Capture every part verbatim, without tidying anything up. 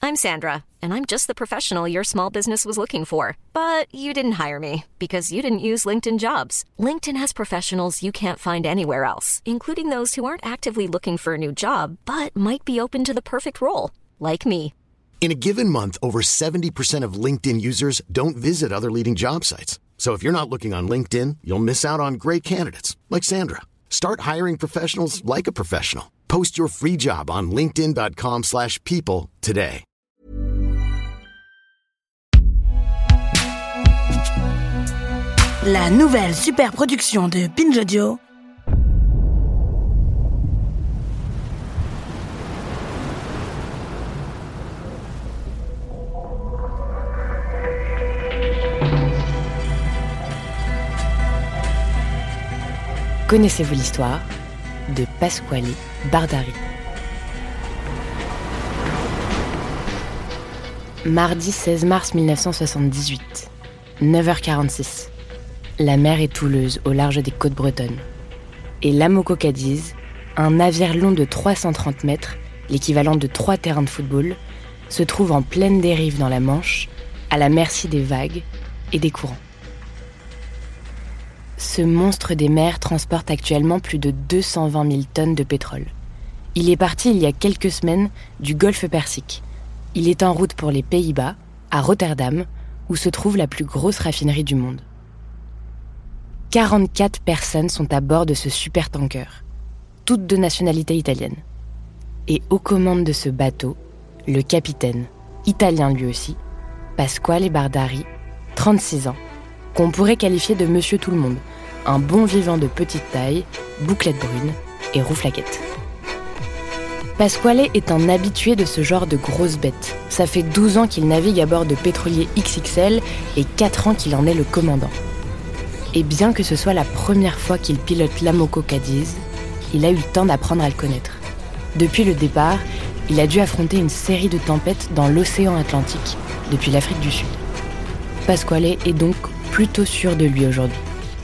I'm Sandra, and I'm just the professional your small business was looking for. But you didn't hire me because you didn't use LinkedIn Jobs. LinkedIn has professionals you can't find anywhere else, including those who aren't actively looking for a new job, but might be open to the perfect role, like me. In a given month, over seventy percent of LinkedIn users don't visit other leading job sites. So if you're not looking on LinkedIn, you'll miss out on great candidates like Sandra. Start hiring professionals like a professional. Post your free job on linkedin.com slash people today. La nouvelle super production de Binge Audio. Connaissez-vous l'histoire de Pasquale Bardari? Mardi seize mars mille neuf cent soixante-dix-huit, neuf heures quarante-six. La mer est houleuse au large des côtes bretonnes. Et l'Amoco Cadiz, un navire long de trois cent trente mètres, l'équivalent de trois terrains de football, se trouve en pleine dérive dans la Manche, à la merci des vagues et des courants. Ce monstre des mers transporte actuellement plus de deux cent vingt mille tonnes de pétrole. Il est parti il y a quelques semaines du golfe Persique. Il est en route pour les Pays-Bas, à Rotterdam, où se trouve la plus grosse raffinerie du monde. quarante-quatre personnes sont à bord de ce supertanker, toutes de nationalité italienne. Et aux commandes de ce bateau, le capitaine, italien lui aussi, Pasquale Bardari, trente-six ans, qu'on pourrait qualifier de Monsieur Tout-le-Monde, un bon vivant de petite taille, bouclette brune et rouflaquette. Pasquale est un habitué de ce genre de grosses bêtes. Ça fait douze ans qu'il navigue à bord de pétroliers X X L et quatre ans qu'il en est le commandant. Et bien que ce soit la première fois qu'il pilote l'Amoco Cadiz, il a eu le temps d'apprendre à le connaître. Depuis le départ, il a dû affronter une série de tempêtes dans l'océan Atlantique, depuis l'Afrique du Sud. Pasquale est donc plutôt sûr de lui aujourd'hui.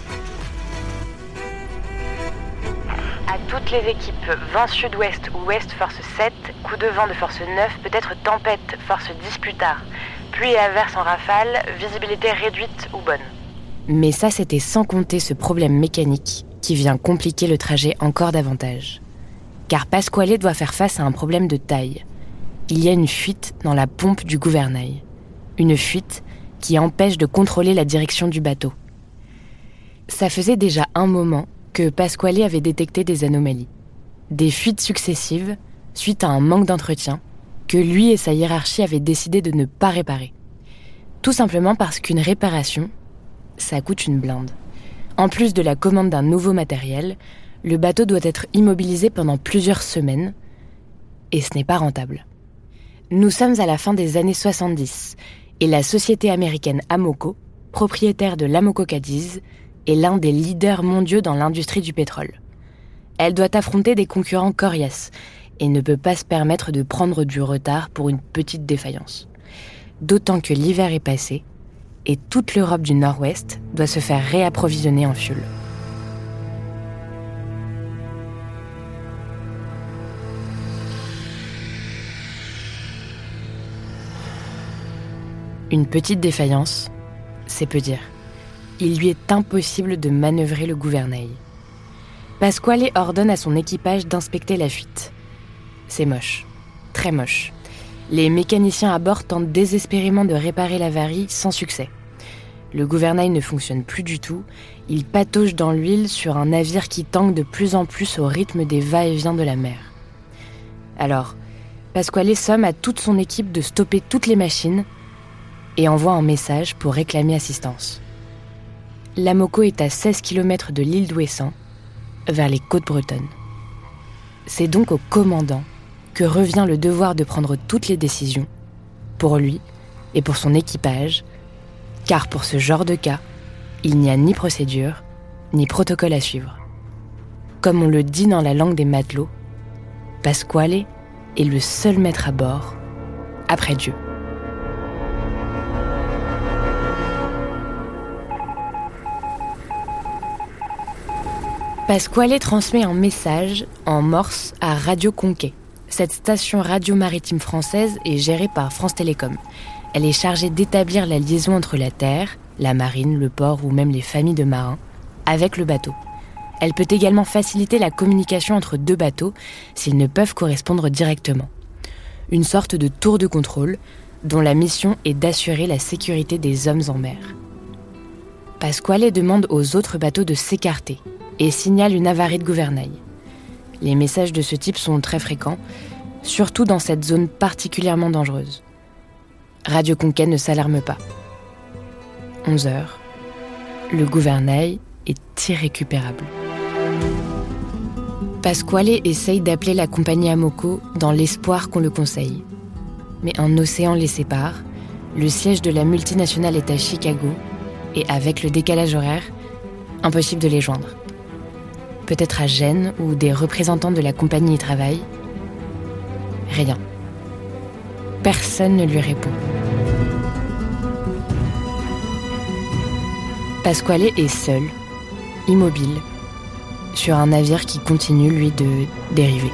À toutes les équipes, vent sud-ouest ou ouest force sept, coup de vent de force neuf, peut-être tempête force dix plus tard. Pluie et averse en rafale, visibilité réduite ou bonne. Mais ça, c'était sans compter ce problème mécanique qui vient compliquer le trajet encore davantage. Car Pasquale doit faire face à un problème de taille. Il y a une fuite dans la pompe du gouvernail. Une fuite qui empêche de contrôler la direction du bateau. Ça faisait déjà un moment que Pasquale avait détecté des anomalies. Des fuites successives suite à un manque d'entretien que lui et sa hiérarchie avaient décidé de ne pas réparer. Tout simplement parce qu'une réparation, ça coûte une blinde. En plus de la commande d'un nouveau matériel, le bateau doit être immobilisé pendant plusieurs semaines et ce n'est pas rentable. Nous sommes à la fin des années soixante-dix et la société américaine Amoco, propriétaire de l'Amoco Cadiz, est l'un des leaders mondiaux dans l'industrie du pétrole. Elle doit affronter des concurrents coriaces et ne peut pas se permettre de prendre du retard pour une petite défaillance. D'autant que l'hiver est passé et toute l'Europe du Nord-Ouest doit se faire réapprovisionner en fioul. Une petite défaillance, c'est peu dire. Il lui est impossible de manœuvrer le gouvernail. Pasquale ordonne à son équipage d'inspecter la fuite. C'est moche, très moche. Les mécaniciens à bord tentent désespérément de réparer l'avarie sans succès. Le gouvernail ne fonctionne plus du tout, il patauge dans l'huile sur un navire qui tangue de plus en plus au rythme des va-et-vient de la mer. Alors, Pasquale somme à toute son équipe de stopper toutes les machines et envoie un message pour réclamer assistance. L'Amoco est à seize kilomètres de l'île d'Ouessant, vers les côtes bretonnes. C'est donc au commandant que revient le devoir de prendre toutes les décisions, pour lui et pour son équipage, car pour ce genre de cas, il n'y a ni procédure, ni protocole à suivre. Comme on le dit dans la langue des matelots, Pasquale est le seul maître à bord, après Dieu. Pasquale transmet un message en morse à Radio Conquet. Cette station radio maritime française est gérée par France Télécom. Elle est chargée d'établir la liaison entre la terre, la marine, le port ou même les familles de marins, avec le bateau. Elle peut également faciliter la communication entre deux bateaux s'ils ne peuvent correspondre directement. Une sorte de tour de contrôle dont la mission est d'assurer la sécurité des hommes en mer. Pasquale demande aux autres bateaux de s'écarter et signale une avarie de gouvernail. Les messages de ce type sont très fréquents, surtout dans cette zone particulièrement dangereuse. Radio Conquête ne s'alarme pas. onze heures, le gouvernail est irrécupérable. Pasquale essaye d'appeler la compagnie Amoco dans l'espoir qu'on le conseille. Mais un océan les sépare, le siège de la multinationale est à Chicago, et avec le décalage horaire, impossible de les joindre. Peut-être à Gênes, où des représentants de la compagnie y travaillent. Rien. Personne ne lui répond. Pasquale est seul, immobile, sur un navire qui continue, lui, de dériver.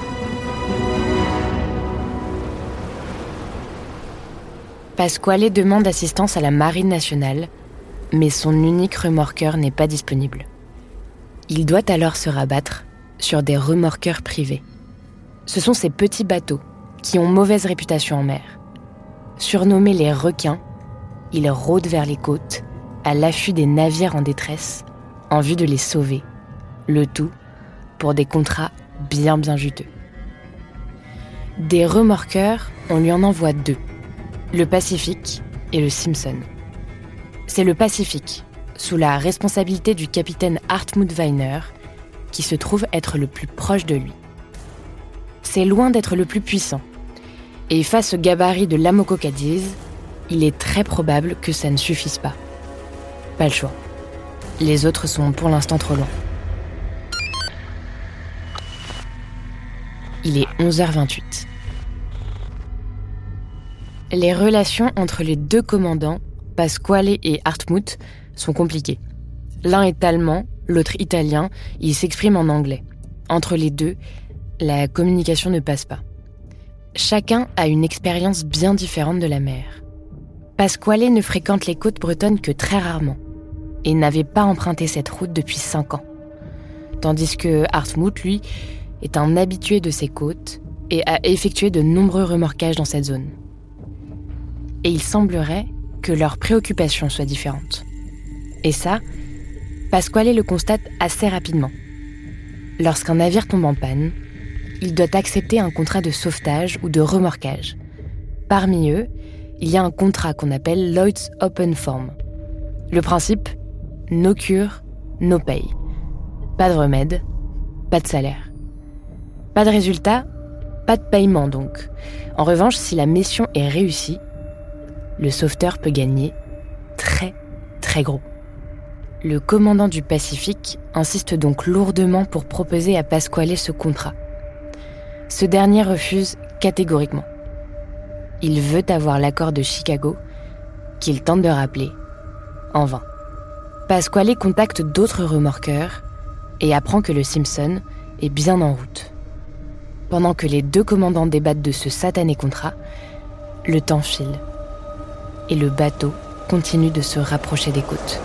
Pasquale demande assistance à la Marine nationale, mais son unique remorqueur n'est pas disponible. Il doit alors se rabattre sur des remorqueurs privés. Ce sont ces petits bateaux qui ont mauvaise réputation en mer. Surnommés les requins, ils rôdent vers les côtes, à l'affût des navires en détresse, en vue de les sauver. Le tout pour des contrats bien bien juteux. Des remorqueurs, on lui en envoie deux. Le Pacific et le Simpson. C'est le Pacific, sous la responsabilité du capitaine Hartmut Weiner, qui se trouve être le plus proche de lui. C'est loin d'être le plus puissant. Et face au gabarit de l'Amoco Cadiz, il est très probable que ça ne suffise pas. Pas le choix. Les autres sont pour l'instant trop loin. Il est onze heures vingt-huit. Les relations entre les deux commandants, Pasquale et Hartmut, sont compliquées. L'un est allemand, l'autre italien, il s'exprime en anglais. Entre les deux, la communication ne passe pas. Chacun a une expérience bien différente de la mer. Pasquale ne fréquente les côtes bretonnes que très rarement et n'avait pas emprunté cette route depuis cinq ans. Tandis que Hartmut, lui, est un habitué de ces côtes et a effectué de nombreux remorquages dans cette zone. Et il semblerait que leurs préoccupations soient différentes. Et ça, Pasquale le constate assez rapidement. Lorsqu'un navire tombe en panne, il doit accepter un contrat de sauvetage ou de remorquage. Parmi eux, il y a un contrat qu'on appelle Lloyd's Open Form. Le principe, no cure, no pay. Pas de remède, pas de salaire. Pas de résultat, pas de paiement donc. En revanche, si la mission est réussie, le sauveteur peut gagner très, très gros. Le commandant du Pacifique insiste donc lourdement pour proposer à Pasquale ce contrat. Ce dernier refuse catégoriquement. Il veut avoir l'accord de Chicago, qu'il tente de rappeler, en vain. Pasquale contacte d'autres remorqueurs et apprend que le Simpson est bien en route. Pendant que les deux commandants débattent de ce satané contrat, le temps file et le bateau continue de se rapprocher des côtes.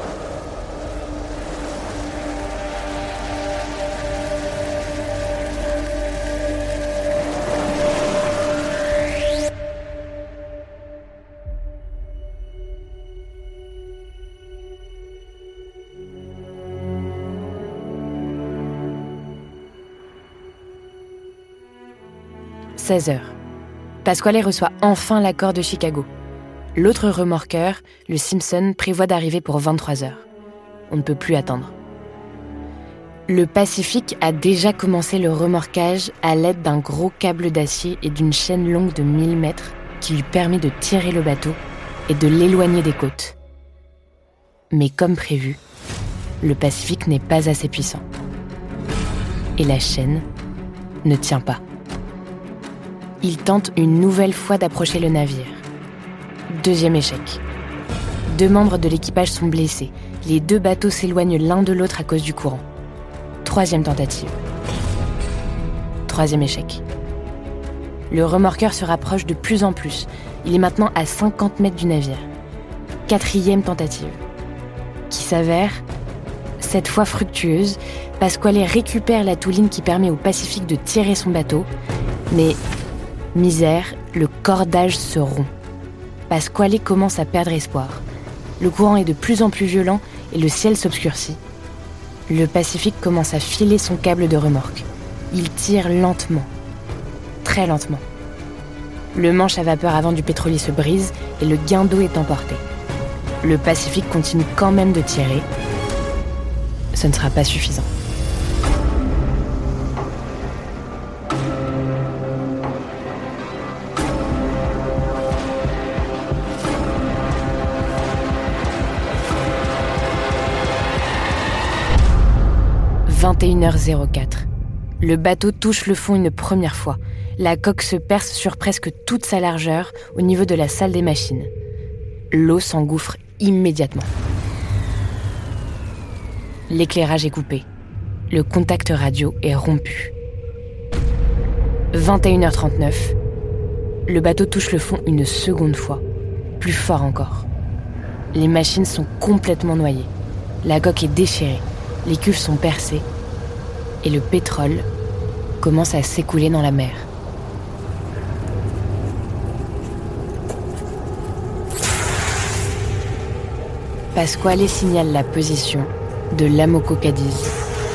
seize heures. Pasquale reçoit enfin l'accord de Chicago. L'autre remorqueur, le Simpson, prévoit d'arriver pour vingt-trois heures. On ne peut plus attendre. Le Pacifique a déjà commencé le remorquage à l'aide d'un gros câble d'acier et d'une chaîne longue de mille mètres qui lui permet de tirer le bateau et de l'éloigner des côtes. Mais comme prévu, le Pacifique n'est pas assez puissant. Et la chaîne ne tient pas. Il tente une nouvelle fois d'approcher le navire. Deuxième échec. Deux membres de l'équipage sont blessés. Les deux bateaux s'éloignent l'un de l'autre à cause du courant. Troisième tentative. Troisième échec. Le remorqueur se rapproche de plus en plus. Il est maintenant à cinquante mètres du navire. Quatrième tentative, qui s'avère, cette fois fructueuse. Pasquale récupère la touline qui permet au Pacifique de tirer son bateau. Mais, misère, le cordage se rompt. Pasquale commence à perdre espoir. Le courant est de plus en plus violent et le ciel s'obscurcit. Le Pacifique commence à filer son câble de remorque. Il tire lentement. Très lentement. Le manche à vapeur avant du pétrolier se brise et le guindeau est emporté. Le Pacifique continue quand même de tirer. Ce ne sera pas suffisant. vingt et une heures quatre. Le bateau touche le fond une première fois. La coque se perce sur presque toute sa largeur au niveau de la salle des machines. L'eau s'engouffre immédiatement. L'éclairage est coupé. Le contact radio est rompu. vingt et une heures trente-neuf. Le bateau touche le fond une seconde fois. Plus fort encore. Les machines sont complètement noyées. La coque est déchirée. Les cuves sont percées. Et le pétrole commence à s'écouler dans la mer. Pasquale signale la position de l'Amoco Cadiz.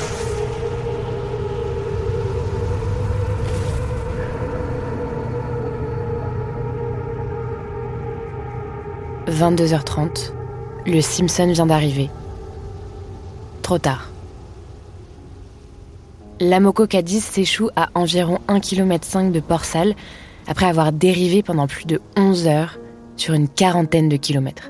vingt-deux heures trente, le Simpson vient d'arriver. Trop tard. L'Amoco Cadiz s'échoue à environ un virgule cinq kilomètres de Port-Salle après avoir dérivé pendant plus de onze heures sur une quarantaine de kilomètres.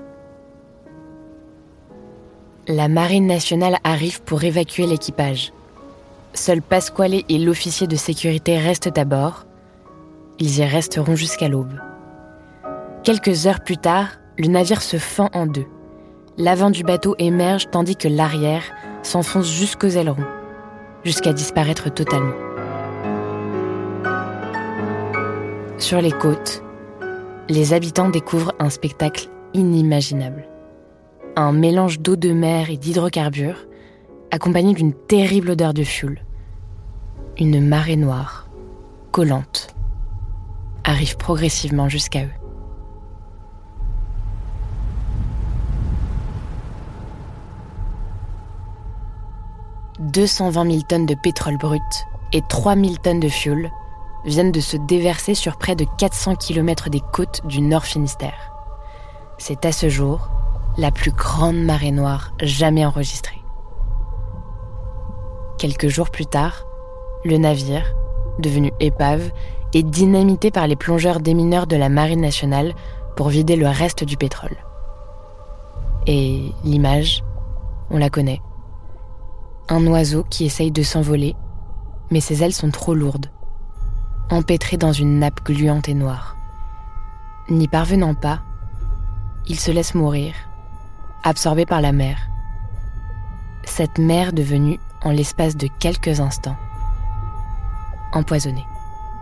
La Marine nationale arrive pour évacuer l'équipage. Seuls Pasquale et l'officier de sécurité restent à bord. Ils y resteront jusqu'à l'aube. Quelques heures plus tard, le navire se fend en deux. L'avant du bateau émerge tandis que l'arrière s'enfonce jusqu'aux ailerons, jusqu'à disparaître totalement. Sur les côtes, les habitants découvrent un spectacle inimaginable. Un mélange d'eau de mer et d'hydrocarbures, accompagné d'une terrible odeur de fioul. Une marée noire, collante, arrive progressivement jusqu'à eux. deux cent vingt mille tonnes de pétrole brut et trois mille tonnes de fioul viennent de se déverser sur près de quatre cents kilomètres des côtes du Nord Finistère. C'est à ce jour la plus grande marée noire jamais enregistrée. Quelques jours plus tard, le navire, devenu épave, est dynamité par les plongeurs démineurs de la Marine nationale pour vider le reste du pétrole. Et l'image, on la connaît. Un oiseau qui essaye de s'envoler, mais ses ailes sont trop lourdes, empêtré dans une nappe gluante et noire. N'y parvenant pas, il se laisse mourir, absorbé par la mer. Cette mer devenue, en l'espace de quelques instants, empoisonnée.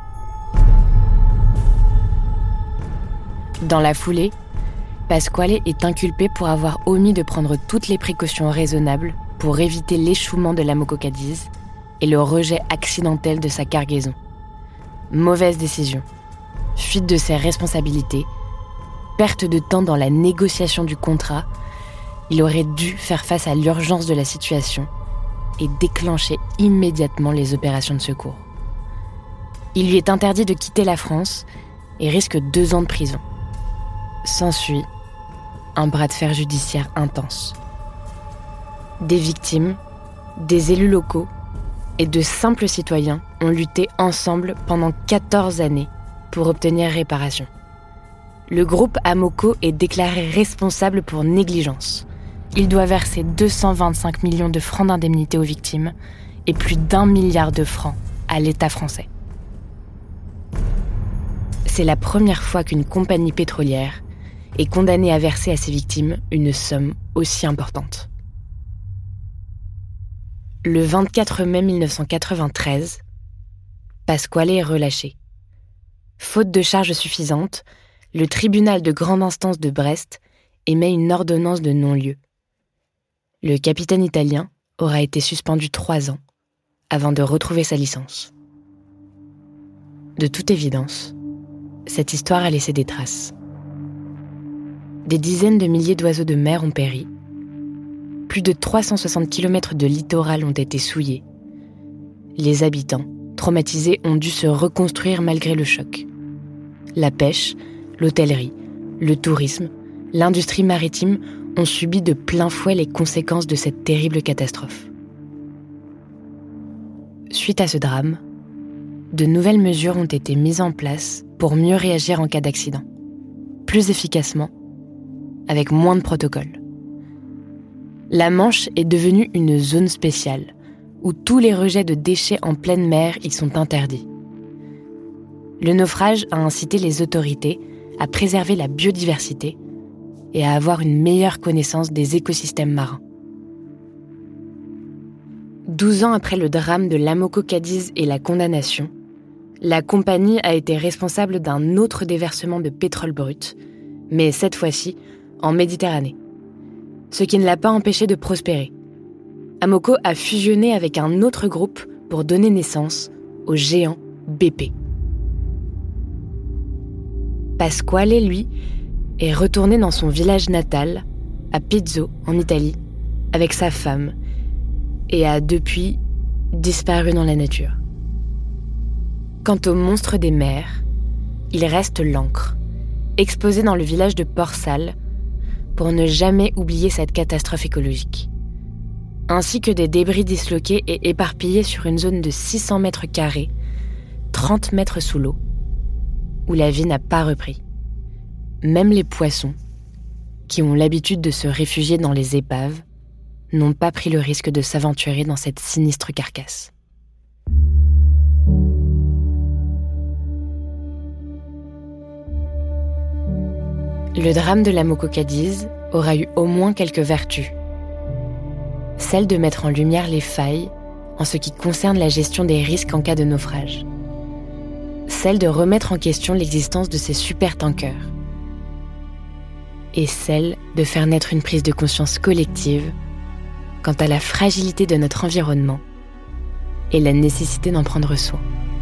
Dans la foulée, Pasquale est inculpé pour avoir omis de prendre toutes les précautions raisonnables pour éviter l'échouement de l'Amoco Cadiz et le rejet accidentel de sa cargaison. Mauvaise décision, fuite de ses responsabilités, perte de temps dans la négociation du contrat, il aurait dû faire face à l'urgence de la situation et déclencher immédiatement les opérations de secours. Il lui est interdit de quitter la France et risque deux ans de prison. S'ensuit un bras de fer judiciaire intense. Des victimes, des élus locaux et de simples citoyens ont lutté ensemble pendant quatorze années pour obtenir réparation. Le groupe Amoco est déclaré responsable pour négligence. Il doit verser deux cent vingt-cinq millions de francs d'indemnité aux victimes et plus d'un milliard de francs à l'État français. C'est la première fois qu'une compagnie pétrolière est condamnée à verser à ses victimes une somme aussi importante. Le vingt-quatre mai mille neuf cent quatre-vingt-treize, Pasquale est relâché. Faute de charges suffisantes, le tribunal de grande instance de Brest émet une ordonnance de non-lieu. Le capitaine italien aura été suspendu trois ans avant de retrouver sa licence. De toute évidence, cette histoire a laissé des traces. Des dizaines de milliers d'oiseaux de mer ont péri. Plus de trois cent soixante kilomètres de littoral ont été souillés. Les habitants, traumatisés, ont dû se reconstruire malgré le choc. La pêche, l'hôtellerie, le tourisme, l'industrie maritime ont subi de plein fouet les conséquences de cette terrible catastrophe. Suite à ce drame, de nouvelles mesures ont été mises en place pour mieux réagir en cas d'accident, plus efficacement, avec moins de protocoles. La Manche est devenue une zone spéciale, où tous les rejets de déchets en pleine mer y sont interdits. Le naufrage a incité les autorités à préserver la biodiversité et à avoir une meilleure connaissance des écosystèmes marins. Douze ans après le drame de l'Amoco Cadiz et la condamnation, la compagnie a été responsable d'un autre déversement de pétrole brut, mais cette fois-ci en Méditerranée. Ce qui ne l'a pas empêché de prospérer. Amoco a fusionné avec un autre groupe pour donner naissance au géant B P. Pasquale, lui, est retourné dans son village natal, à Pizzo, en Italie, avec sa femme, et a depuis disparu dans la nature. Quant au monstre des mers, il reste l'ancre, exposé dans le village de Port-Salle, pour ne jamais oublier cette catastrophe écologique. Ainsi que des débris disloqués et éparpillés sur une zone de six cents mètres carrés, trente mètres sous l'eau, où la vie n'a pas repris. Même les poissons, qui ont l'habitude de se réfugier dans les épaves, n'ont pas pris le risque de s'aventurer dans cette sinistre carcasse. Le drame de l'Amoco Cadiz aura eu au moins quelques vertus. Celle de mettre en lumière les failles en ce qui concerne la gestion des risques en cas de naufrage. Celle de remettre en question l'existence de ces supertankers. Et celle de faire naître une prise de conscience collective quant à la fragilité de notre environnement et la nécessité d'en prendre soin.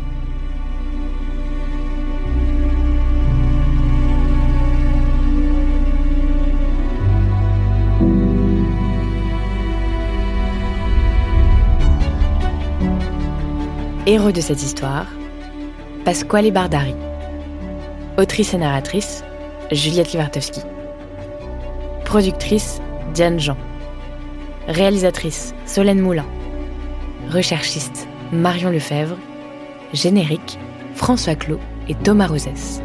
Héros de cette histoire, Pasquale Bardari. Autrice et narratrice, Juliette Livartowski. Productrice, Diane Jean. Réalisatrice, Solène Moulin. Recherchiste, Marion Lefebvre. Générique, François Clos et Thomas Rosès.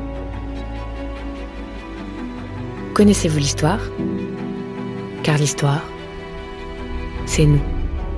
Connaissez-vous l'histoire ? Car l'histoire, c'est nous.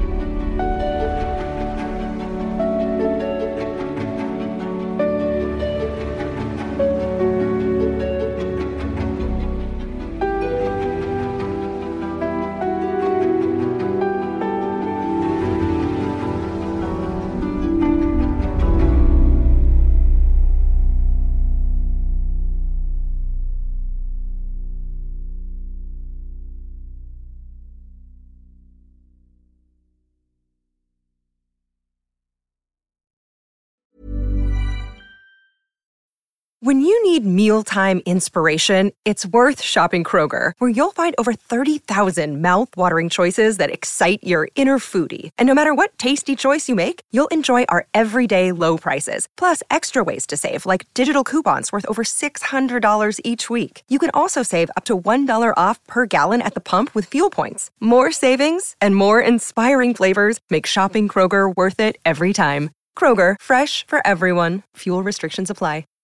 When you need mealtime inspiration, it's worth shopping Kroger, where you'll find over thirty thousand mouth-watering choices that excite your inner foodie. And no matter what tasty choice you make, you'll enjoy our everyday low prices, plus extra ways to save, like digital coupons worth over six hundred dollars each week. You can also save up to one dollar off per gallon at the pump with fuel points. More savings and more inspiring flavors make shopping Kroger worth it every time. Kroger, fresh for everyone. Fuel restrictions apply.